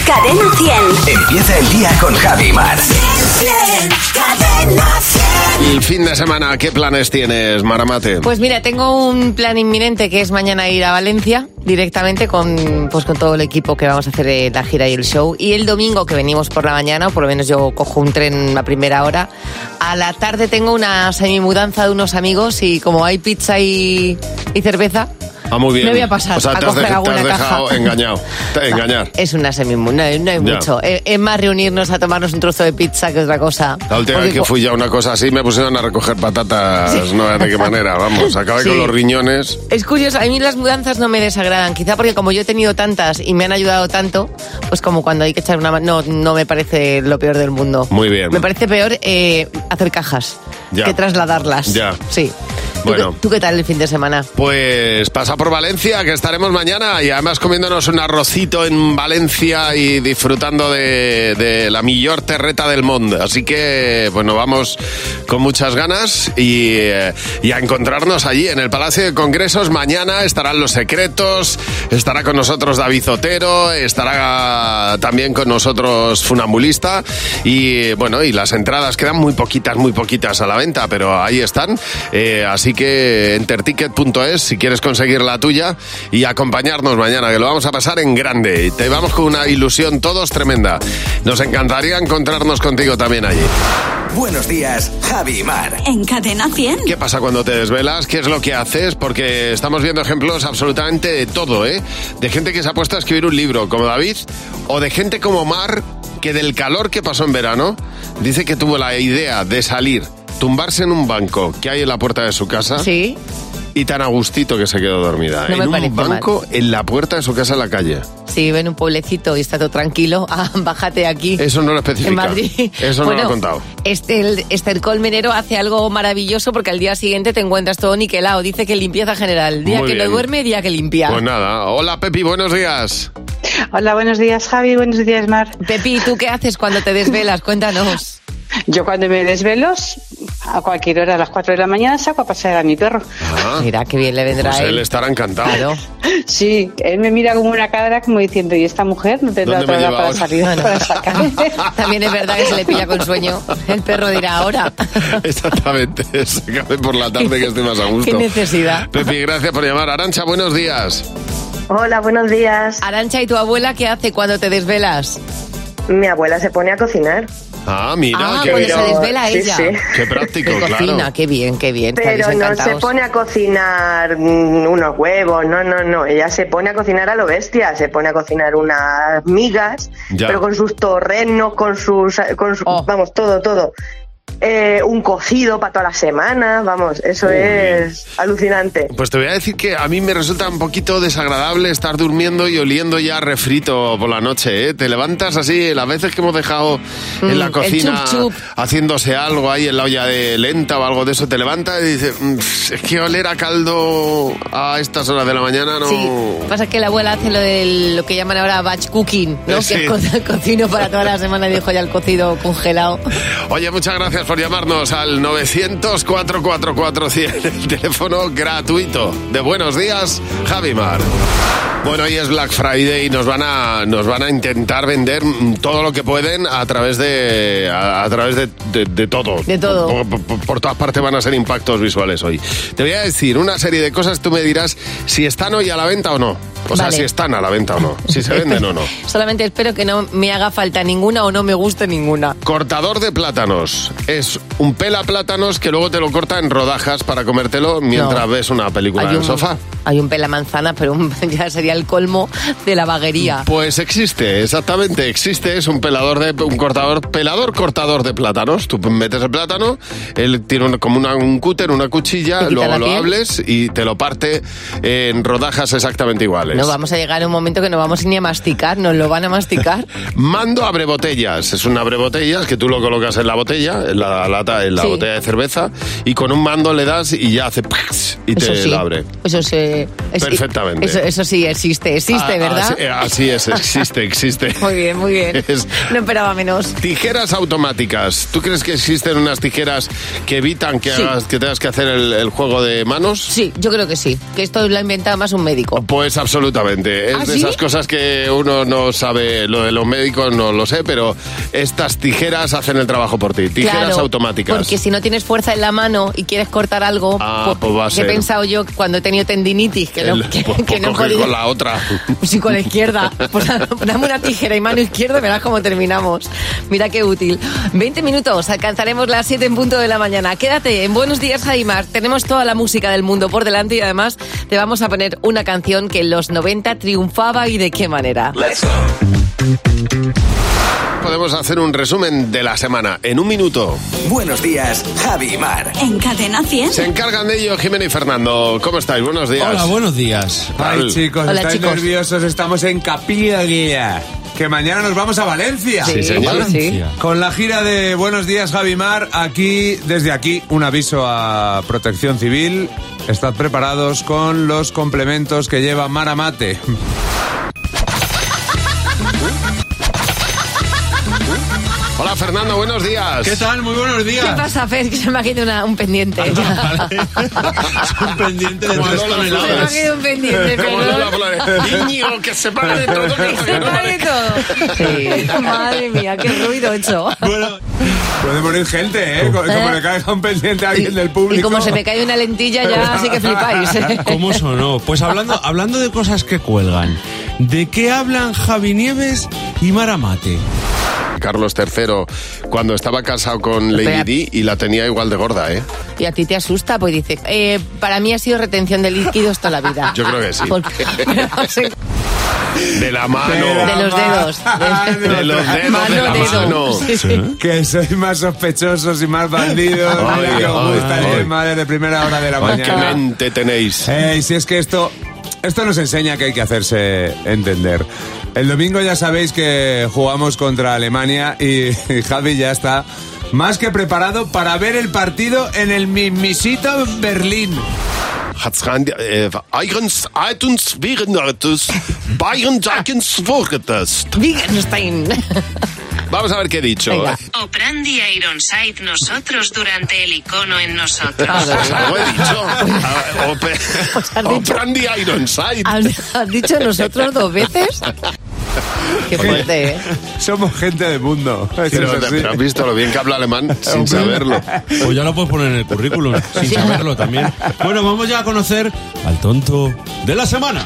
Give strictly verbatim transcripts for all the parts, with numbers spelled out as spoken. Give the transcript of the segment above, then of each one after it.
Cadena cien. Empieza el día con Javi Mar. Cadena cien. El fin de semana, ¿qué planes tienes, Maramate? Pues mira, tengo un plan inminente que es mañana ir a Valencia directamente con, pues con todo el equipo que vamos a hacer eh, la gira y el show. Y el domingo que venimos por la mañana, o por lo menos yo cojo un tren a primera hora, a la tarde tengo una semimudanza de unos amigos y como hay pizza y, y cerveza... Ah, muy bien. Me voy a pasar o sea, a te has coger de, alguna te has dejado caja. engañado. Te, engañar. Es una semimudanza, no, no hay Ya. mucho. Es, es más reunirnos a tomarnos un trozo de pizza que otra cosa. La última Porque vez que fui ya a una cosa así me pusieron a recoger patatas, Sí. no sé de qué manera, vamos, acabé Sí. con los riñones. Es curioso, a mí las mudanzas no me desagradan, quizá porque como yo he tenido tantas y me han ayudado tanto, pues como cuando hay que echar una mano, no, no me parece lo peor del mundo. Muy bien. Me parece peor eh, hacer cajas Ya. que trasladarlas. Ya. Sí. ¿Tú, Bueno. qué, ¿Tú qué tal el fin de semana? Pues pasa por Valencia, que estaremos mañana y además comiéndonos un arrocito en Valencia y disfrutando de, de la millor terreta del mundo. Así que, bueno, vamos con muchas ganas y, eh, y a encontrarnos allí en el Palacio de Congresos. Mañana estarán Los Secretos, estará con nosotros David Otero, estará también con nosotros Funambulista y, bueno, y las entradas quedan muy poquitas, muy poquitas a la venta, pero ahí están. Eh, así que enterticket punto es si quieres conseguir la tuya y acompañarnos mañana, que lo vamos a pasar en grande. Te vamos con una ilusión todos tremenda. Nos encantaría encontrarnos contigo también allí. Buenos días, Javi Mar. En Cadena cien. ¿Qué pasa cuando te desvelas? ¿Qué es lo que haces? Porque estamos viendo ejemplos absolutamente de todo, ¿eh? De gente que se ha puesto a escribir un libro, como David, o de gente como Mar, que del calor que pasó en verano, dice que tuvo la idea de salir, tumbarse en un banco que hay en la puerta de su casa. Sí. Y tan a gustito que se quedó dormida. No en me un parece banco en la puerta de su casa en la calle. Si vive en un pueblecito y está todo tranquilo, ah, bájate de aquí. Eso no lo especifica. En Madrid. Eso no Bueno, lo ha contado. Este, el, este el colmenero hace algo maravilloso porque al día siguiente te encuentras todo niquelado. Dice que limpieza general. Día Muy que bien. no duerme, día que limpia. Pues nada. Hola, Pepi, buenos días. Hola, buenos días, Javi. Buenos días, Mar. Pepi, ¿tú qué haces cuando te desvelas? Cuéntanos. Yo cuando me desvelo, a cualquier hora, a las cuatro de la mañana, saco a pasear a mi perro. Ah, Mira, qué bien le vendrá pues a él él. estará encantado. Claro. Sí, él me mira como una cadra, como diciendo, ¿y esta mujer no tendrá ¿Dónde me otra hora lleva para ahora? salir, Bueno. para sacar? También es verdad que se le pilla con sueño. El perro dirá ahora. Exactamente. Sácame por la tarde que estoy más a gusto. Qué necesidad. Pepi, gracias por llamar. Arancha, buenos días. Hola, buenos días. Arancha, ¿y tu abuela qué hace cuando te desvelas? Mi abuela se pone a cocinar, Ah, mira, Ah, qué pues bien. se desvela Sí, ella. sí. Qué práctico, Que claro. cocina, qué bien, qué bien. pero estáis no se encantados. pone a cocinar mm, unos huevos, no, no, no. Ella se pone a cocinar a lo bestia, se pone a cocinar unas migas, Ya. pero con sus torrenos, con sus, con su- Oh. vamos, todo, todo. Eh, un cocido para toda la semana, vamos, eso es alucinante. Pues te voy a decir que a mí me resulta un poquito desagradable estar durmiendo y oliendo ya refrito por la noche, ¿eh? Te levantas así, las veces que hemos dejado en Mm, la el cocina chup, chup. haciéndose algo ahí en la olla de lenta o algo de eso, te levantas y dices, "Mm, es que oler a caldo a estas horas de la mañana no... Sí, pasa que la abuela hace lo de lo que llaman ahora batch cooking, ¿no? Eh, sí. Que es co- cocino para toda la semana y dejo ya el cocido congelado. Oye, muchas gracias por llamarnos al novecientos, cuatrocientos cuarenta y cuatro cien, el teléfono gratuito de Buenos Días, Javi Mar. Bueno, hoy es Black Friday y nos van a nos van a intentar vender todo lo que pueden a través de a, a través de, de, de todo. De todo. Por, por- por todas partes van a ser impactos visuales hoy. Te voy a decir una serie de cosas, tú me dirás si están hoy a la venta o no. O sea, Vale. si están a la venta o no, si se venden o no. Solamente espero que no me haga falta ninguna o no me guste ninguna. Cortador de plátanos. Es un pela plátanos que luego te lo corta en rodajas para comértelo mientras No. ves una película Hay en un, el sofá. hay un pela manzana, pero un- ya sería el colmo de la vaguería. Pues existe, exactamente, existe, es un pelador de un cortador, pelador cortador de plátanos. Tú metes el plátano, él tiene un- como una- un cúter, una cuchilla, Te quita luego la lo piel. hables y te lo parte en rodajas exactamente iguales. No vamos a llegar a un momento que no vamos ni a masticar, nos lo van a masticar. Mando abre botellas, es un abre botellas que tú lo colocas en la botella, en la lata, en la Sí. botella de cerveza, y con un mando le das y ya hace y te Eso sí, la abre. Eso sí. es- Perfectamente. Eso, eso sí existe, existe, Ah, ¿verdad? Así, así es, existe, existe. Muy bien, muy bien. Es- No esperaba menos. Tijeras automáticas. ¿Tú crees que existen unas tijeras que evitan que, Sí. hagas, que tengas que hacer el, el juego de manos? Sí, yo creo que sí. Que esto lo ha inventado más un médico. Pues absolutamente. Es ¿Ah, de sí? esas cosas que uno no sabe. Lo de los médicos no lo sé, pero estas tijeras hacen el trabajo por ti. Tijeras Claro, automáticas. Porque si no tienes fuerza en la mano y quieres cortar algo, Ah, pues va a he ser. pensado yo cuando he tenido tendinitis, que no, El- que, pues, que pues no he coge podido. con la otra. Sí, con la izquierda. Pues dame una tijera y mano izquierda, verás cómo terminamos. Mira qué útil. veinte minutos, alcanzaremos las siete en punto de la mañana. Quédate en Buenos Días, Jaimar. Tenemos toda la música del mundo por delante y además te vamos a poner una canción que en los noventa triunfaba y de qué manera. Podemos hacer un resumen de la semana en un minuto. Buenos días, Javi y Mar. En Cadena cien. Se encargan de ello Jimena y Fernando. ¿Cómo estáis? Buenos días. Hola, buenos días. Tal. Ay, chicos, Hola, estáis chicos. nerviosos, estamos en Capilla Guía. Que mañana nos vamos a Valencia. Sí, señor. sí. Con la gira de Buenos Días, Javi Mar, aquí, desde aquí, un aviso a Protección Civil. Estad preparados con los complementos que lleva Mara Mate. Hola, Fernando. Buenos días. ¿Qué tal? Muy buenos días. ¿Qué pasa, Fer? Que se me ha quedado una- un pendiente. Vale. Es un pendiente de Como tres Lola Se me ha toneladas. quedado un pendiente, Como perdón. Lola Flores. Íñigo, que se pague de todo. Que Se me ha de todo. Sí. Madre mía, qué ruido he hecho. Bueno, Puede morir gente, ¿eh? Como, como le caiga un pendiente a alguien del público. Y como se me cae una lentilla, ya sí que flipáis. ¿eh? ¿cómo sonó? Pues hablando, hablando de cosas que cuelgan, ¿de qué hablan Javi Nieves y Mara Mate? Carlos tercero, cuando estaba casado con Lady Espera. Di y la tenía igual de gorda, ¿eh? Y a ti te asusta, pues dice, eh, para mí ha sido retención de líquidos toda la vida. Yo creo que sí. Porque- no sé, De la mano. de los dedos. De los dedos, Mano, de la dedo. mano. Sí, sí. Que sois más sospechosos y más bandidos. Ay, Mira que os ay, gusta el ay. tema desde primera hora de la Ay, qué mañana. mente tenéis. Ey, si es que esto, esto nos enseña que hay que hacerse entender. El domingo ya sabéis que jugamos contra Alemania y, y Javi ya está más que preparado para ver el partido en el mismísito Berlín. Hat's rein, äh, eigens, eituns, währendus, Bayern, eigens, vorgetest. Wittgenstein. Vamos a ver qué he dicho. Venga. Oprandi Ironside nosotros durante el icono en nosotros. Pues algo he dicho. Ah, Ope- Pues has dicho- Oprandi Ironside. ¿Has, has dicho nosotros dos veces? Qué fuerte, ¿eh? Somos gente de mundo. Eso Pero, es así. pero has visto lo bien que habla alemán sin saberlo. Pues ya lo puedes poner en el currículum, sin saberlo también. Bueno, vamos ya a conocer al tonto de la semana.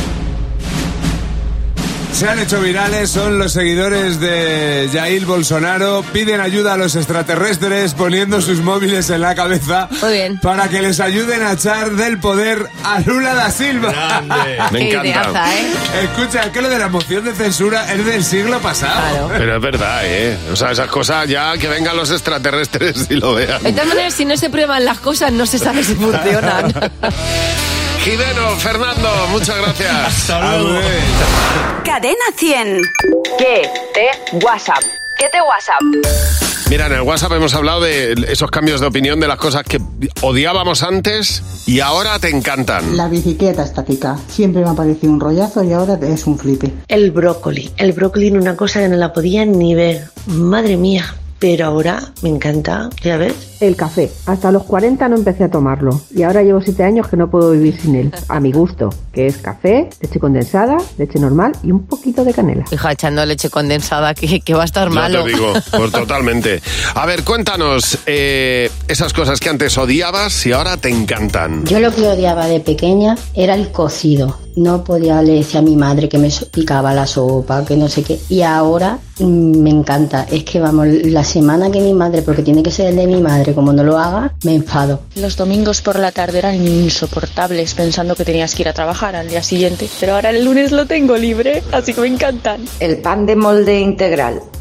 Se han hecho virales, son los seguidores de Jair Bolsonaro, piden ayuda a los extraterrestres poniendo sus móviles en la cabeza Muy bien. para que les ayuden a echar del poder a Lula da Silva. Grande. Me Qué encanta. ideaza, ¿eh? Escucha, es que lo de la moción de censura es del siglo pasado. Claro. Pero es verdad, ¿eh? O sea, esas cosas ya que vengan los extraterrestres y lo vean. De todas maneras, si no se prueban las cosas, no se sabe si funcionan. Jimeno, Fernando, muchas gracias. Hasta luego. Cadena cien. ¿Qué te WhatsApp? ¿Qué te WhatsApp? Mira, en el WhatsApp hemos hablado de esos cambios de opinión de las cosas que odiábamos antes y ahora te encantan. La bicicleta estática. Siempre me ha parecido un rollazo y ahora es un flipe. El brócoli. El brócoli era una cosa que no la podía ni ver. Madre mía. Pero ahora me encanta, ¿ya ves? El café. Hasta los cuarenta no empecé a tomarlo y ahora llevo siete años que no puedo vivir sin él. A mi gusto, que es café, leche condensada, leche normal y un poquito de canela. Hija, echando leche condensada, que, que va a estar Ya malo. te digo, pues totalmente. A ver, cuéntanos eh, esas cosas que antes odiabas y ahora te encantan. Yo lo que odiaba de pequeña era el cocido. No podía, le decía a mi madre que me picaba la sopa, que no sé qué. Y ahora mmm, me encanta. Es que vamos, la semana que mi madre, porque tiene que ser el de mi madre, como no lo haga, me enfado. Los domingos por la tarde eran insoportables pensando que tenías que ir a trabajar al día siguiente. Pero ahora el lunes lo tengo libre, así que me encantan. El pan de molde integral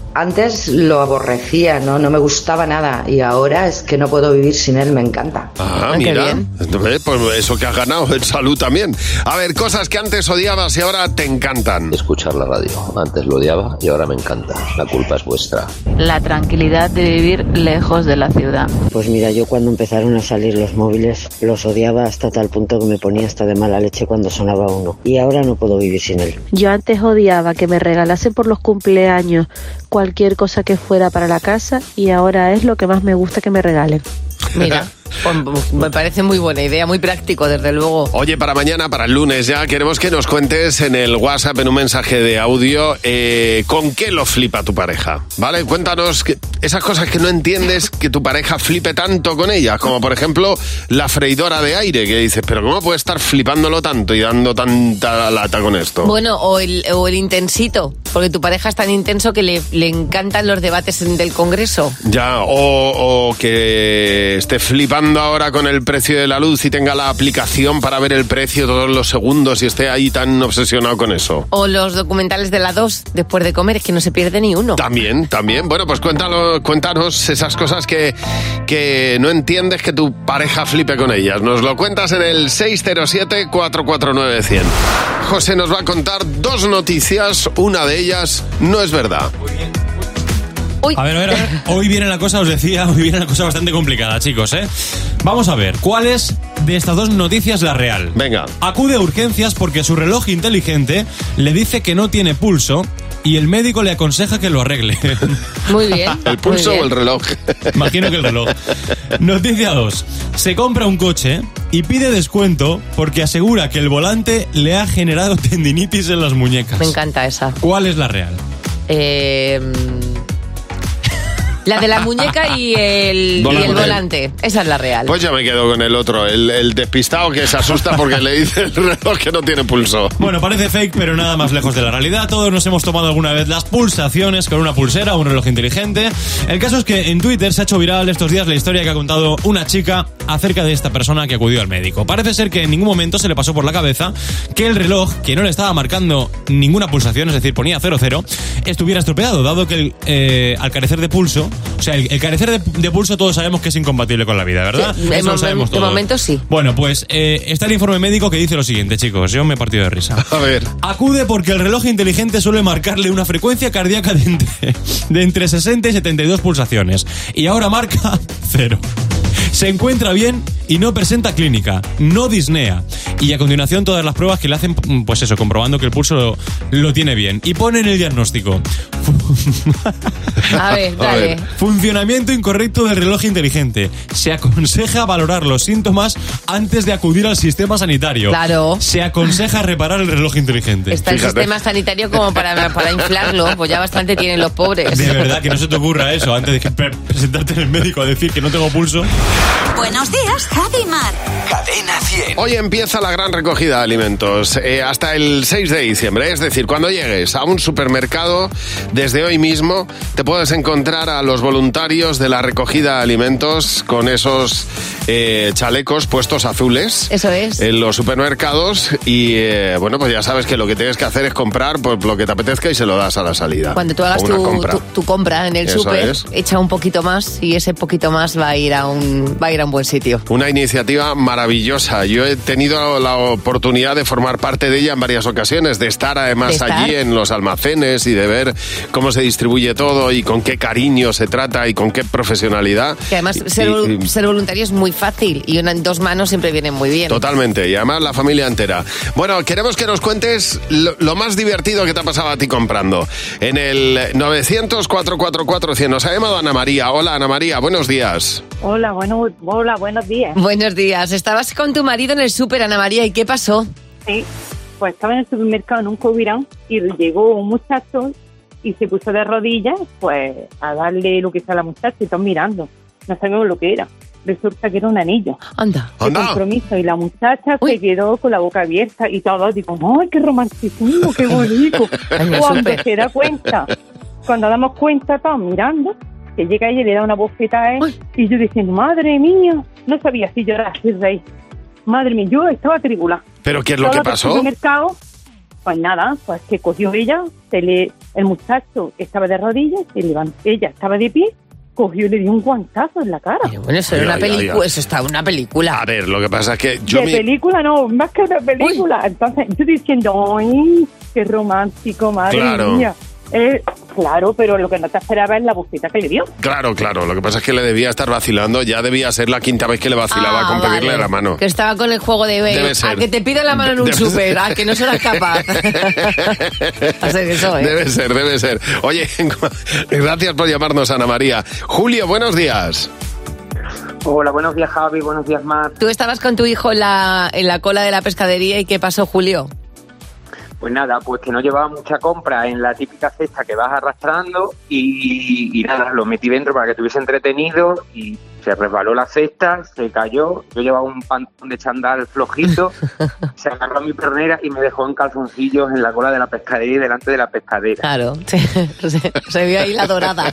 Antes lo aborrecía, ¿no? No me gustaba nada y ahora es que no puedo vivir sin él, me encanta. Ah, mira, pues eso que has ganado en salud también. A ver, cosas que antes odiabas y ahora te encantan. Escuchar la radio. Antes lo odiaba y ahora me encanta. La culpa es vuestra. La tranquilidad de vivir lejos de la ciudad. Pues mira, yo cuando empezaron a salir los móviles los odiaba hasta tal punto que me ponía hasta de mala leche cuando sonaba uno. Y ahora no puedo vivir sin él. Yo antes odiaba que me regalasen por los cumpleaños cualquier cosa que fuera para la casa y ahora es lo que más me gusta que me regalen. Mira, pues me parece muy buena idea, muy práctico, desde luego. Oye, para mañana, para el lunes ya, queremos que nos cuentes en el WhatsApp, en un mensaje de audio, eh, ¿con qué lo flipa tu pareja? ¿Vale? Cuéntanos que, esas cosas que no entiendes que tu pareja flipe tanto con ellas, como por ejemplo la freidora de aire, que dices, pero ¿cómo puede estar flipándolo tanto y dando tanta lata con esto? Bueno, o el, o el intensito, porque tu pareja es tan intenso que le, le encantan los debates del Congreso. Ya, o, o que esté flipando ahora con el precio de la luz y tenga la aplicación para ver el precio todos los segundos y esté ahí tan obsesionado con eso. O los documentales de la dos después de comer, es que no se pierde ni uno. También, también. Bueno, pues cuéntalo, cuéntanos esas cosas que, que no entiendes que tu pareja flipe con ellas. Nos lo cuentas en el seis cero siete, cuatro cuatro nueve, cien. José nos va a contar dos noticias, una de ellas no es verdad. Uy. A ver, a ver, a ver, hoy viene la cosa, os decía, hoy viene la cosa bastante complicada, chicos, ¿eh? Vamos a ver, ¿cuál es de estas dos noticias la real? Venga. Acude a urgencias porque su reloj inteligente le dice que no tiene pulso y el médico le aconseja que lo arregle. Muy bien. ¿El pulso o el reloj? Imagino que el reloj. Noticia dos. Se compra un coche y pide descuento porque asegura que el volante le ha generado tendinitis en las muñecas. Me encanta esa. ¿Cuál es la real? Eh... La de la muñeca y el volante. y el volante. Esa es la real. Pues ya me quedo con el otro, el, el despistado que se asusta porque le dice el reloj que no tiene pulso. Bueno, parece fake, pero nada más lejos de la realidad. Todos nos hemos tomado alguna vez las pulsaciones con una pulsera o un reloj inteligente. El caso es que en Twitter se ha hecho viral estos días la historia que ha contado una chica acerca de esta persona que acudió al médico. Parece ser que en ningún momento se le pasó por la cabeza que el reloj, que no le estaba marcando ninguna pulsación, es decir, ponía cero cero, estuviera estropeado, dado que el, eh, al carecer de pulso, o sea, el, el carecer de, de pulso todos sabemos que es incompatible con la vida, ¿verdad? Sí, Eso lo sabemos todos. De momento sí. Bueno, pues eh, está el informe médico que dice lo siguiente, chicos. Yo me he partido de risa. A ver. Acude porque el reloj inteligente suele marcarle una frecuencia cardíaca de entre, de entre sesenta y setenta y dos pulsaciones. Y ahora marca cero. Se encuentra bien y no presenta clínica, no disnea. Y a continuación todas las pruebas que le hacen, pues eso, comprobando que el pulso lo, lo tiene bien. Y ponen el diagnóstico. A ver, dale. A ver. Funcionamiento incorrecto del reloj inteligente. Se aconseja valorar los síntomas antes de acudir al sistema sanitario. Claro. Se aconseja reparar el reloj inteligente. Está Fíjate. El sistema sanitario como para, para inflarlo, pues ya bastante tienen los pobres. De verdad, que no se te ocurra eso antes de que pre- presentarte en el médico a decir que no tengo pulso. Buenos días, Javi Mar. Cadena cien. Hoy empieza la gran recogida de alimentos eh, hasta el seis de diciembre. Es decir, cuando llegues a un supermercado, desde hoy mismo te puedes encontrar a los voluntarios de la recogida de alimentos con esos eh, chalecos puestos azules. Eso es. En los supermercados y, eh, bueno, pues ya sabes que lo que tienes que hacer es comprar pues, lo que te apetezca y se lo das a la salida. Cuando tú hagas tu compra. Tu, tu compra en el Eso súper, es. Echa un poquito más y ese poquito más va a ir a un, va a ir a un buen sitio. Una iniciativa maravillosa. Yo he tenido la oportunidad de formar parte de ella en varias ocasiones, de estar además ¿De estar? allí en los almacenes y de ver cómo se distribuye todo y con qué cariño se trata y con qué profesionalidad. Que además y, ser, y, ser voluntario es muy fácil y una, dos manos siempre vienen muy bien. Totalmente, y además la familia entera. Bueno, queremos que nos cuentes lo, lo más divertido que te ha pasado a ti comprando. En el novecientos, cuatrocientos cuarenta y cuatro, cien nos ha llamado Ana María. Hola Ana María, buenos días. Hola, bueno, hola, buenos días. Buenos días. Estabas con tu marido en el súper, Ana María, ¿y qué pasó? Sí, pues estaba en el supermercado en un cobirán y llegó un muchacho y se puso de rodillas, pues, a darle lo que sea a la muchacha y todos mirando. No sabemos lo que era. Resulta que era un anillo. Anda. De compromiso. Y la muchacha Uy. se quedó con la boca abierta y todo. Digo, ¡ay, qué romanticismo, qué bonito! Cuando se da cuenta, cuando damos cuenta todos mirando, que llega ella y le da una bofetada a él. Uy. Y yo diciendo, madre mía, no sabía si llorar, si reír. Madre mía, yo estaba atribulada. ¿Pero qué es lo Todo que pasó? En el mercado, pues nada, pues que cogió ella, se le El muchacho estaba de rodillas, se levantó, ella estaba de pie, cogió y le dio un guantazo en la cara. Pero bueno, eso era una película, eso está una película. A ver, lo que pasa es que yo de mi... película no, más que una película. Uy. Entonces, yo estoy diciendo, ¡ay, qué romántico, madre claro. mía! Eh, claro, pero lo que no te esperaba es la bufeta que le dio. Claro, claro, lo que pasa es que le debía estar vacilando, ya debía ser la quinta vez que le vacilaba ah, con vale. pedirle la mano. Que estaba con el juego de Debe ser. a que te pida la mano en un súper, a que no serás capaz. Hacer eso, ¿eh? Debe ser, debe ser. Oye, gracias por llamarnos, Ana María. Julio, buenos días. Hola, buenos días, Javi, buenos días, Mar. Tú estabas con tu hijo en la, en la cola de la pescadería y ¿qué pasó, Julio? Pues nada, pues que no llevaba mucha compra en la típica cesta que vas arrastrando y, y nada, lo metí dentro para que estuviese entretenido y se resbaló la cesta, se cayó, yo llevaba un pantalón de chándal flojito, se agarró a mi pernera y me dejó en calzoncillos en la cola de la pescadería y delante de la pescadera. Claro, se, se vio ahí la dorada.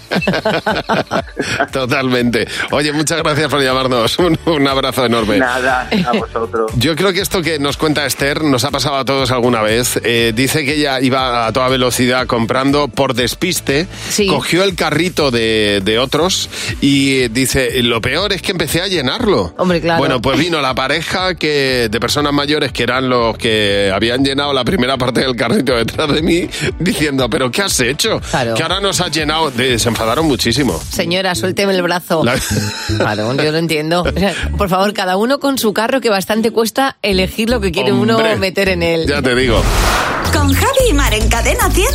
Totalmente. Oye, muchas gracias por llamarnos, un, un abrazo enorme. Nada, a vosotros. Yo creo que esto que nos cuenta Esther nos ha pasado a todos alguna vez. Eh, dice que ella iba a toda velocidad comprando por despiste, sí. Cogió el carrito de, de otros y dice, lo peor es que empecé a llenarlo. Hombre, claro. Bueno, pues vino la pareja que de personas mayores que eran los que habían llenado la primera parte del carrito detrás de mí, diciendo, ¿pero qué has hecho? Claro. Que ahora nos has llenado. De, se enfadaron muchísimo. Señora, suélteme el brazo. La... Claro, yo lo entiendo. Por favor, cada uno con su carro, que bastante cuesta elegir lo que quiere Hombre, uno meter en él. Ya te digo. Con Javi y Mar en Cadena cien,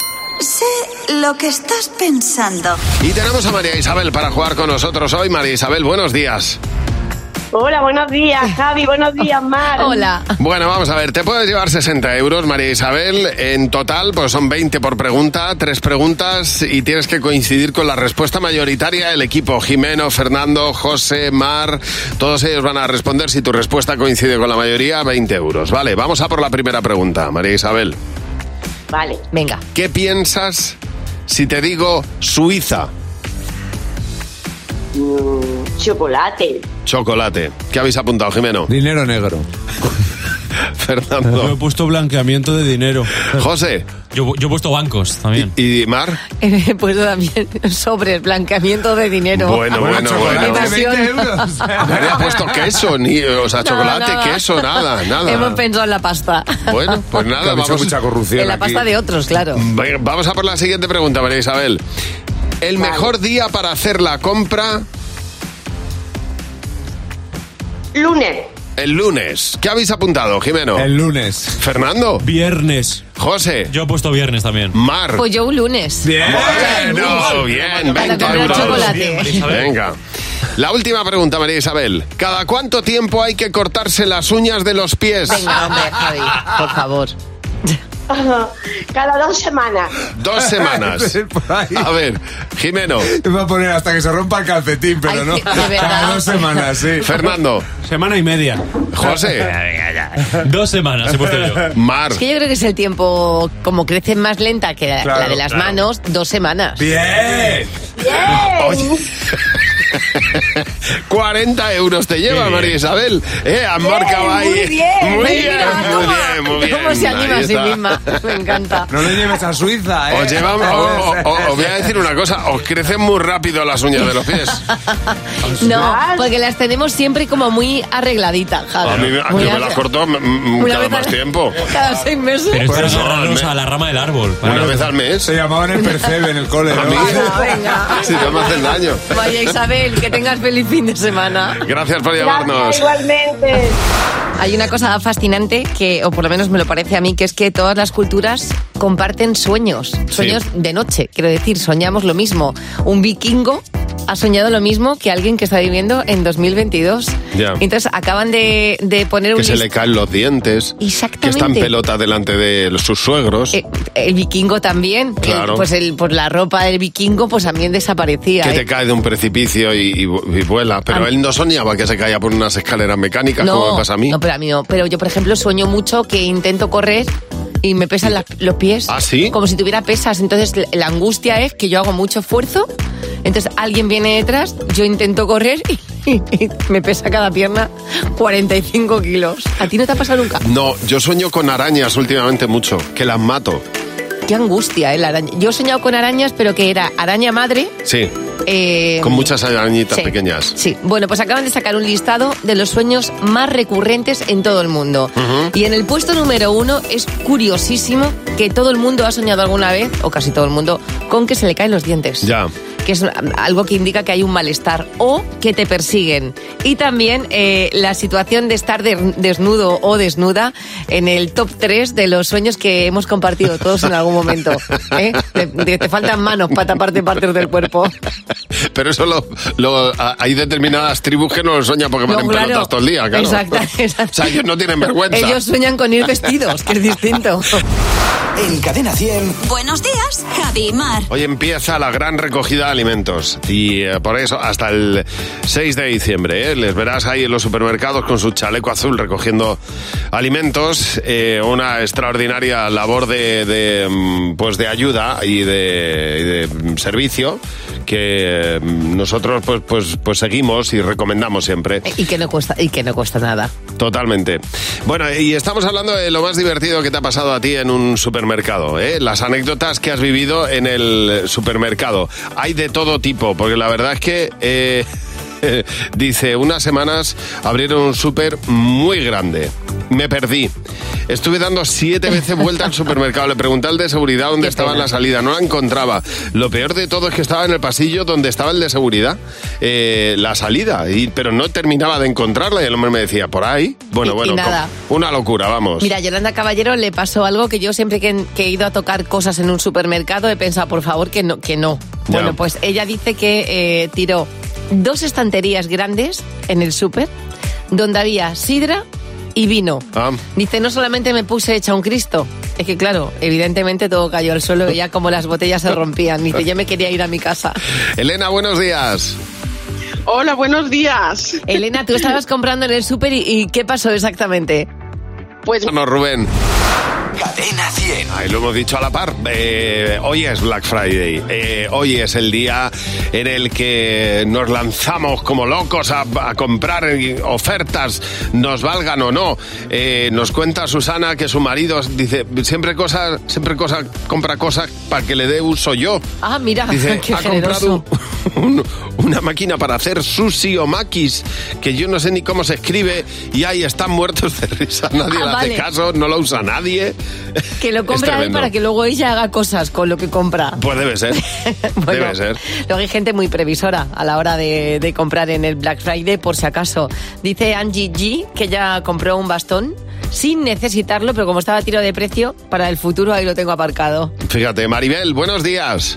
sé lo que estás pensando. Y tenemos a María Isabel para jugar con nosotros hoy. María Isabel, buenos días. Hola, buenos días, Javi, buenos días, Mar. Hola. Bueno, vamos a ver, te puedes llevar sesenta euros, María Isabel. En total, pues son veinte por pregunta, tres preguntas y tienes que coincidir con la respuesta mayoritaria. El equipo, Jimeno, Fernando, José, Mar, todos ellos van a responder. Si tu respuesta coincide con la mayoría, veinte euros. Vale, vamos a por la primera pregunta, María Isabel. Vale. Venga. ¿Qué piensas si te digo Suiza? Mm, chocolate. Chocolate. ¿Qué habéis apuntado, Jimeno? Dinero negro. Fernando. Yo he puesto blanqueamiento de dinero. José. Yo, yo he puesto bancos también. ¿Y, y Mar? He puesto también sobre el blanqueamiento de dinero. Bueno, bueno, bueno. veinte euros. Nadie ha puesto queso, ni, o sea, chocolate, no, queso, nada, nada. Hemos pensado en la pasta. Bueno, pues nada, vamos. Mucha corrupción en la aquí. Pasta de otros, claro. Vamos a por la siguiente pregunta, María Isabel. El vale. mejor día para hacer la compra... Lunes. El lunes. ¿Qué habéis apuntado, Jimeno? El lunes. Fernando. Viernes. José. Yo he puesto viernes también. Mar. Pues yo un lunes. Bien. Bueno, bien. veinte euros. Chocolate. Venga. La última pregunta, María Isabel. ¿Cada cuánto tiempo hay que cortarse las uñas de los pies? Venga, hombre, Javi, por favor. Cada dos semanas. Dos semanas. A ver, Jimeno. Te voy a poner hasta que se rompa el calcetín, pero Ay, no. Cada dos semanas, sí. Fernando. Semana y media. José. Dos semanas he puesto yo. Mar. Es que yo creo que es el tiempo, como crece más lenta que la, claro, la de las claro. manos, dos semanas. ¡Bien! ¡Bien! Oye. cuarenta euros te lleva, María Isabel. Eh, han marcado ahí. Muy bien. Muy bien, Mira, muy bien, muy bien. ¿Cómo se anima a sí misma? Me encanta. No le lleves a Suiza, ¿eh? Os llevamos, o, o, o, os voy a decir una cosa, os crecen muy rápido las uñas de los pies. No, porque las tenemos siempre como muy arregladitas, Javi. A mí yo me las corto m- cada más tiempo. Cada seis meses. Pero esto Por es eso, agarrarnos me- a la rama del árbol. Una vez al mes. Se llamaban el percebe en el cole, ¿no? A mí, Venga, venga. si no me hacen daño. Vaya Isabel, que tengas feliz fin de semana. Gracias por llamarnos. Gracias, igualmente. Hay una cosa fascinante que, o por lo menos me lo parece a mí, que es que todas las culturas comparten sueños, sueños Sí. de noche. Quiero decir, soñamos lo mismo. Un vikingo ha soñado lo mismo que alguien que está viviendo en dos mil veintidós. Ya. Entonces acaban de, de poner un Que se le list- caen los dientes. Exactamente. Que está en pelota delante de los- sus suegros. Eh, el vikingo también. Claro. El- pues, el, pues la ropa del vikingo pues también desaparecía. Que ¿eh? te cae de un precipicio y, y- y vuela. Pero A- él no soñaba que se caía por unas escaleras mecánicas, no, como me pasa a mí. No, pero a mí no. Pero yo, por ejemplo, sueño mucho que intento correr y me pesan las- los pies. ¿Ah, sí? Como si tuviera pesas. Entonces, la- la angustia es que yo hago mucho esfuerzo. Entonces, alguien viene detrás, yo intento correr y, y me pesa cada pierna cuarenta y cinco kilos. ¿A ti no te ha pasado nunca? No, yo sueño con arañas últimamente mucho, que las mato. qué angustia, ¿eh? La araña. Yo he soñado con arañas, pero que era araña madre. Sí. Eh, con muchas arañitas sí, pequeñas. Sí. Bueno, pues acaban de sacar un listado de los sueños más recurrentes en todo el mundo. Uh-huh. Y en el puesto número uno es curiosísimo que todo el mundo ha soñado alguna vez, o casi todo el mundo, con que se le caen los dientes. Ya. Que es algo que indica que hay un malestar o que te persiguen. Y también eh, la situación de estar de, desnudo o desnuda en el top tres de los sueños que hemos compartido todos en algún momento. ¿eh? De, de, te faltan manos para taparte partes del cuerpo. Pero eso lo, lo, hay determinadas tribus que no lo sueñan porque van No, en claro. pelotas todo el día, claro. Exacto, exacto. O sea, ellos no tienen vergüenza. Ellos sueñan con ir vestidos, que es distinto. En Cadena cien. Buenos días, Javi y Mar. Hoy empieza la gran recogida de alimentos y eh, por eso hasta el seis de diciembre ¿eh? les verás ahí en los supermercados con su chaleco azul recogiendo alimentos, eh, una extraordinaria labor de, de pues de ayuda y de, de servicio que nosotros pues pues pues seguimos y recomendamos siempre. Y que no cuesta, y que no cuesta nada. Totalmente. Bueno, y estamos hablando de lo más divertido que te ha pasado a ti en un supermercado, ¿eh? Las anécdotas que has vivido en el supermercado. Hay de todo tipo, porque la verdad es que... Eh, dice, unas semanas abrieron un súper muy grande. Me perdí. Estuve dando siete veces vuelta al supermercado. Le pregunté al de seguridad dónde estaba en la salida. No la encontraba. Lo peor de todo es que estaba en el pasillo donde estaba el de seguridad. Eh, la salida. Y, pero no terminaba de encontrarla. Y el hombre me decía, por ahí. Bueno, y, bueno. y nada. Una locura, vamos. Mira, Yolanda Caballero le pasó algo que yo siempre que, que he ido a tocar cosas en un supermercado he pensado, por favor, que no. Que no. Ya. Bueno, pues ella dice que eh, tiró dos estanterías grandes en el súper donde había sidra y vino. Ah. Dice, no solamente me puse hecha un Cristo, es que claro, evidentemente todo cayó al suelo y ya como las botellas se rompían. Dice, yo me quería ir a mi casa. Elena, buenos días. Hola, buenos días. Elena, tú estabas comprando en el súper y, y ¿qué pasó exactamente? Pues... No, Rubén. Cadena cien. Ahí lo hemos dicho a la par. Eh, hoy es Black Friday. Eh, hoy es el día en el que nos lanzamos como locos a, a comprar ofertas, nos valgan o no. Eh, nos cuenta Susana que su marido dice siempre cosas, siempre cosas, compra cosas para que le dé uso yo. Ah, mira, dice, qué ha generoso. comprado un, un, una máquina para hacer sushi o makis que yo no sé ni cómo se escribe y ahí están muertos de risa. Nadie Ah, le vale. hace caso, no lo usa nadie. Que lo Es compra él tremendo. para que luego ella haga cosas con lo que compra. Pues debe ser. Bueno, debe ser. Luego hay gente muy previsora a la hora de, de comprar en el Black Friday, por si acaso. Dice Angie G que ya compró un bastón sin necesitarlo, pero como estaba a tiro de precio, para el futuro ahí lo tengo aparcado. Fíjate, Maribel, buenos días.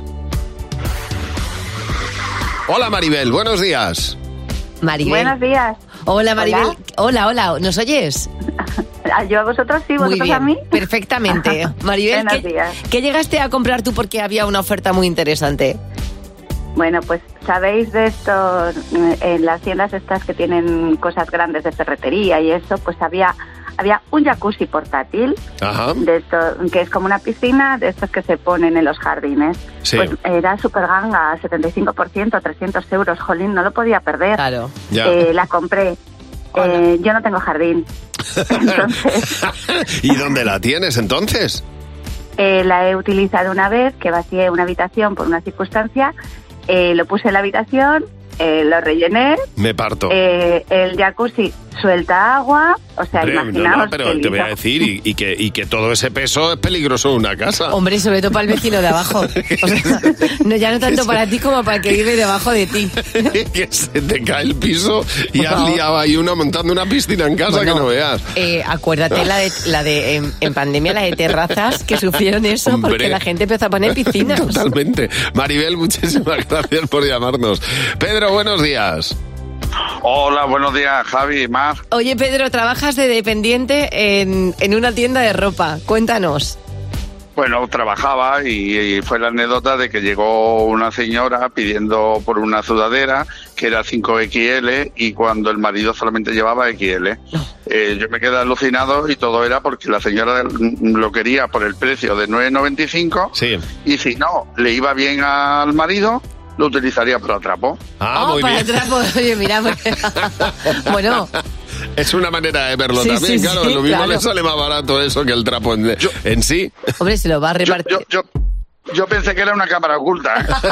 Hola, Maribel, buenos días. Maribel. Buenos días. Hola, Maribel. Hola. Hola, hola. ¿Nos oyes? Yo a vosotros sí, Muy vosotros bien, a mí. perfectamente. Maribel, Buenos ¿qué, días. ¿qué llegaste a comprar tú porque había una oferta muy interesante? Bueno, pues sabéis de esto, en las tiendas estas que tienen cosas grandes de ferretería y eso, pues había había un jacuzzi portátil, Ajá. de esto, que es como una piscina de estos que se ponen en los jardines. Sí. Pues era súper ganga, setenta y cinco por ciento, trescientos euros, jolín, no lo podía perder. Claro. Ya. Eh, la compré. Eh, yo no tengo jardín. Entonces, ¿Y dónde la tienes entonces? eh, la he utilizado una vez, que vacié una habitación por una circunstancia, eh, lo puse en la habitación, eh, lo rellené, Me parto. eh, el jacuzzi suelta agua, o sea, Hombre, imaginaos no, no, pero que te voy a lindo. decir y, y que, y que todo ese peso es peligroso en una casa. Hombre, sobre todo para el vecino de abajo. O sea, no, ya no tanto para ti como para el que vive debajo de ti. Que se te cae el piso y Por has favor. liado ahí una montando una piscina en casa Bueno, que no veas. Eh, acuérdate la de, la de en, en pandemia, la de terrazas, que sufrieron eso Hombre. porque la gente empezó a poner piscinas. Totalmente. Maribel, muchísimas gracias por llamarnos. Pedro, buenos días. Hola, buenos días, Javi y Mar. Oye, Pedro, trabajas de dependiente en, en una tienda de ropa. Cuéntanos. Bueno, trabajaba y, y fue la anécdota de que llegó una señora pidiendo por una sudadera que era cinco equis ele y cuando el marido solamente llevaba equis ele. Eh, yo me quedé alucinado y todo era porque la señora lo quería por el precio de nueve noventa y cinco Sí. y si no le iba bien al marido, lo utilizaría para trapo. Ah, Oh, para el trapo. Oye, mira, pues- bueno, Es una manera de verlo Sí, también, sí, claro. sí, Lo mismo claro. le sale más barato eso que el trapo en, en sí. Hombre, se lo va a repartir. Yo, yo, yo pensé que era una cámara oculta.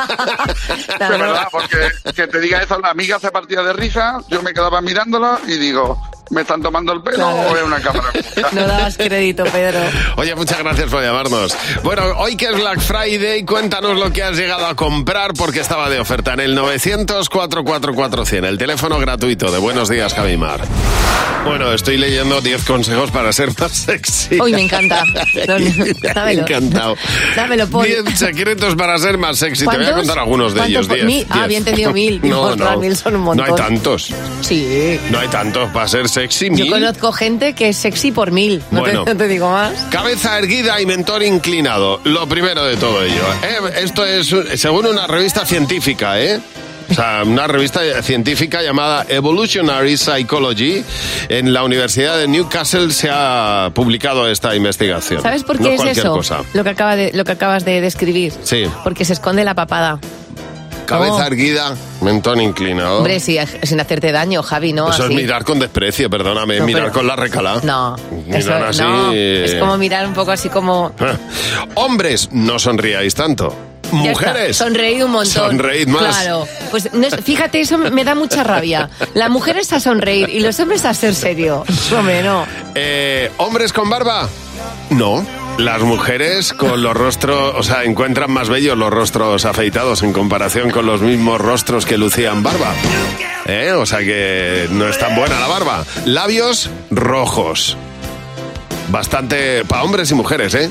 De verdad, porque que te diga eso, la amiga se partía de risa, yo me quedaba mirándolo y digo, ¿me están tomando el pelo Claro. o es una cámara oculta? No dabas crédito, Pedro. Oye, muchas gracias por llamarnos. Bueno, hoy que es Black Friday, cuéntanos lo que has llegado a comprar porque estaba de oferta en el novecientos, cuatrocientos cuarenta y cuatro cien, el teléfono gratuito de Buenos Días, Javimar. Bueno, estoy leyendo diez consejos para ser más sexy. Uy, me encanta. No, no, Me ha dámelo. encantado. Dámelo, Paul. diez secretos para ser más sexy. Te voy a ¿Cuántos? contar algunos de ¿Cuántos? ellos. diez, Mil. Ah, diez. había entendido mil. No, Ostras, no. mil son un No montón. hay tantos. Sí. No hay tantos para ser sexy. Yo Mil. conozco gente que es sexy por mil. No, Bueno. te, no te digo más. Cabeza erguida y mentón inclinado. Lo primero de todo ello. ¿eh? Esto es según una revista científica, ¿eh? O sea, una revista científica llamada Evolutionary Psychology. En la Universidad de Newcastle se ha publicado esta investigación. ¿Sabes por No qué es cualquier eso? cosa. Lo que, acaba de, lo que acabas de describir. Sí. Porque se esconde la papada. Cabeza Oh. erguida, mentón inclinado. Hombre, sí, sin hacerte daño, Javi, ¿no? Eso Así. es mirar con desprecio, perdóname. No, mirar pero- con la recala. No, Mirar eso, así. no. Es como mirar un poco así como... Hombres, no sonríais tanto. Ya está, Mujeres, sonreíd un montón. sonreíd más. Claro. Pues no es- fíjate, eso me da mucha rabia. La mujer es a sonreír y los hombres a ser serio. Hombre, no. Eh, ¿Hombres con barba? No. Las mujeres con los rostros, o sea, encuentran más bellos los rostros afeitados en comparación con los mismos rostros que lucían barba. ¿Eh? O sea que no es tan buena la barba. Labios rojos. Bastante para hombres y mujeres, ¿eh?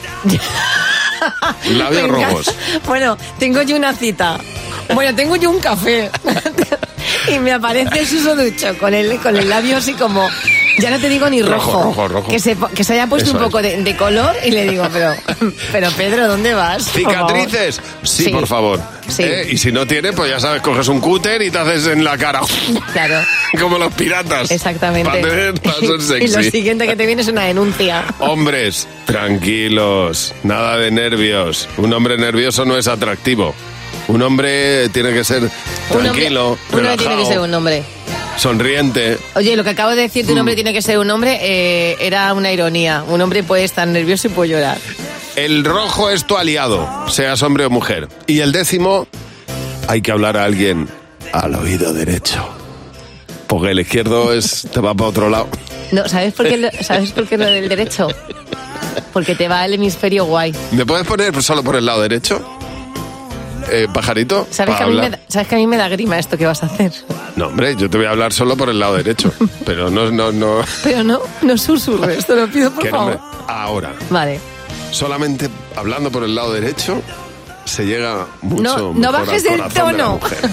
Labios Me encanta. rojos. Bueno, tengo yo una cita. Bueno, tengo yo un café. Y me aparece el susodicho con el, con el labio así como... Ya no te digo ni rojo. Rojo, rojo, rojo. Que se, que se haya puesto Eso un poco de, de color y le digo, pero, pero Pedro, ¿dónde vas? Por favor. ¿Cicatrices? Sí, Sí. por favor. Sí. ¿Eh? Y si no tiene, pues ya sabes, coges un cúter y te haces en la cara. Claro. Como los piratas. Exactamente. Para, tener, para ser Y lo sexy. siguiente que te viene es una denuncia. Hombres, tranquilos, nada de nervios. Un hombre nervioso no es atractivo. Un hombre tiene que ser tranquilo, un hombre, un hombre tiene que relajado, ser un hombre. sonriente. Oye, lo que acabo de decir de un Mm. hombre tiene que ser un hombre eh, era una ironía. Un hombre puede estar nervioso y puede llorar. El rojo es tu aliado, seas hombre o mujer. Y el décimo, hay que hablar a alguien al oído derecho. Porque el izquierdo es te va para otro lado. No, ¿sabes por qué lo, ¿sabes por qué lo del derecho? Porque te va al hemisferio guay. ¿Me puedes poner solo por el lado derecho? Eh, pajarito. ¿Sabes que, para a mí me hablar? da, ¿Sabes que a mí me da grima esto que vas a hacer? No, hombre, yo te voy a hablar solo por el lado derecho. Pero no, no, no. Pero no, no susurres, te lo pido por Que no favor. me- Ahora. Vale. Solamente hablando por el lado derecho se llega mucho No, no mejor al bajes el corazón de la tono. mujer.